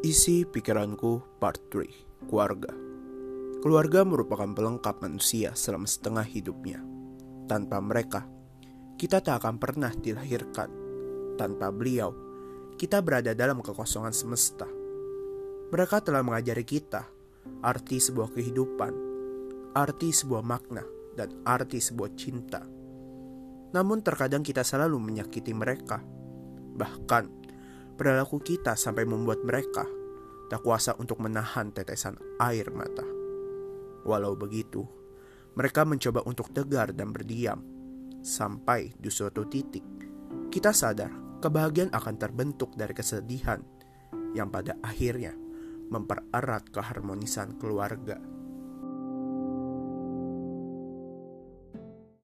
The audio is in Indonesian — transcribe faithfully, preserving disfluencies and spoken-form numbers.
Isi pikiranku part tiga. Keluarga. Keluarga merupakan pelengkap manusia selama setengah hidupnya. Tanpa mereka, kita tak akan pernah dilahirkan. Tanpa beliau, kita berada dalam kekosongan semesta. Mereka telah mengajari kita arti sebuah kehidupan, arti sebuah makna, dan arti sebuah cinta. Namun terkadang kita selalu menyakiti mereka. Bahkan, perilaku kita sampai membuat mereka tak kuasa untuk menahan tetesan air mata. Walau begitu, mereka mencoba untuk tegar dan berdiam. Sampai di suatu titik, kita sadar kebahagiaan akan terbentuk dari kesedihan yang pada akhirnya mempererat keharmonisan keluarga.